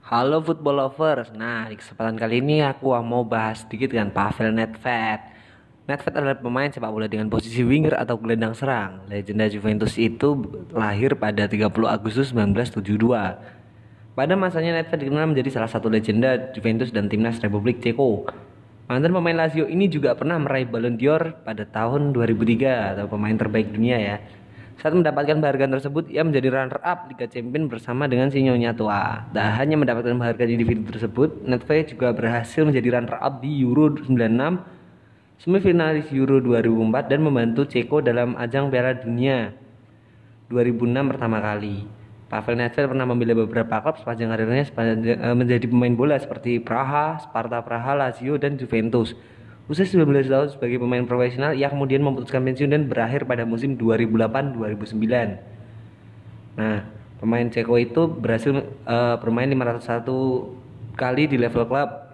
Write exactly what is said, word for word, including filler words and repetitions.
Halo football lovers. Nah, di kesempatan kali ini aku mau bahas sedikit dengan Pavel Nedved. Nedved adalah pemain sepak bola dengan posisi winger atau gelandang serang. Legenda Juventus itu lahir pada tiga puluh Agustus seribu sembilan ratus tujuh puluh dua. Pada masanya Nedved dikenal menjadi salah satu legenda Juventus dan timnas Republik Ceko. Mantan pemain Lazio ini juga pernah meraih Ballon d'Or pada tahun dua ribu tiga atau pemain terbaik dunia ya. Saat mendapatkan penghargaan tersebut, ia menjadi runner-up Liga Champions bersama dengan si Nyonya Tua. Tak hanya mendapatkan penghargaan individu tersebut, Nedved juga berhasil menjadi runner-up di Euro sembilan puluh enam, semifinalis Euro dua ribu empat, dan membantu Ceko dalam ajang Piala Dunia dua ribu enam pertama kali. Pavel Nedved pernah membela beberapa klub sepanjang karirnya menjadi pemain bola seperti Praha, Sparta Praha, Lazio, dan Juventus. Usia sembilan belas tahun sebagai pemain profesional, ia kemudian memutuskan pensiun dan berakhir pada musim dua ribu delapan dua ribu sembilan. Nah, pemain Ceko itu berhasil uh, bermain lima ratus satu kali di level klub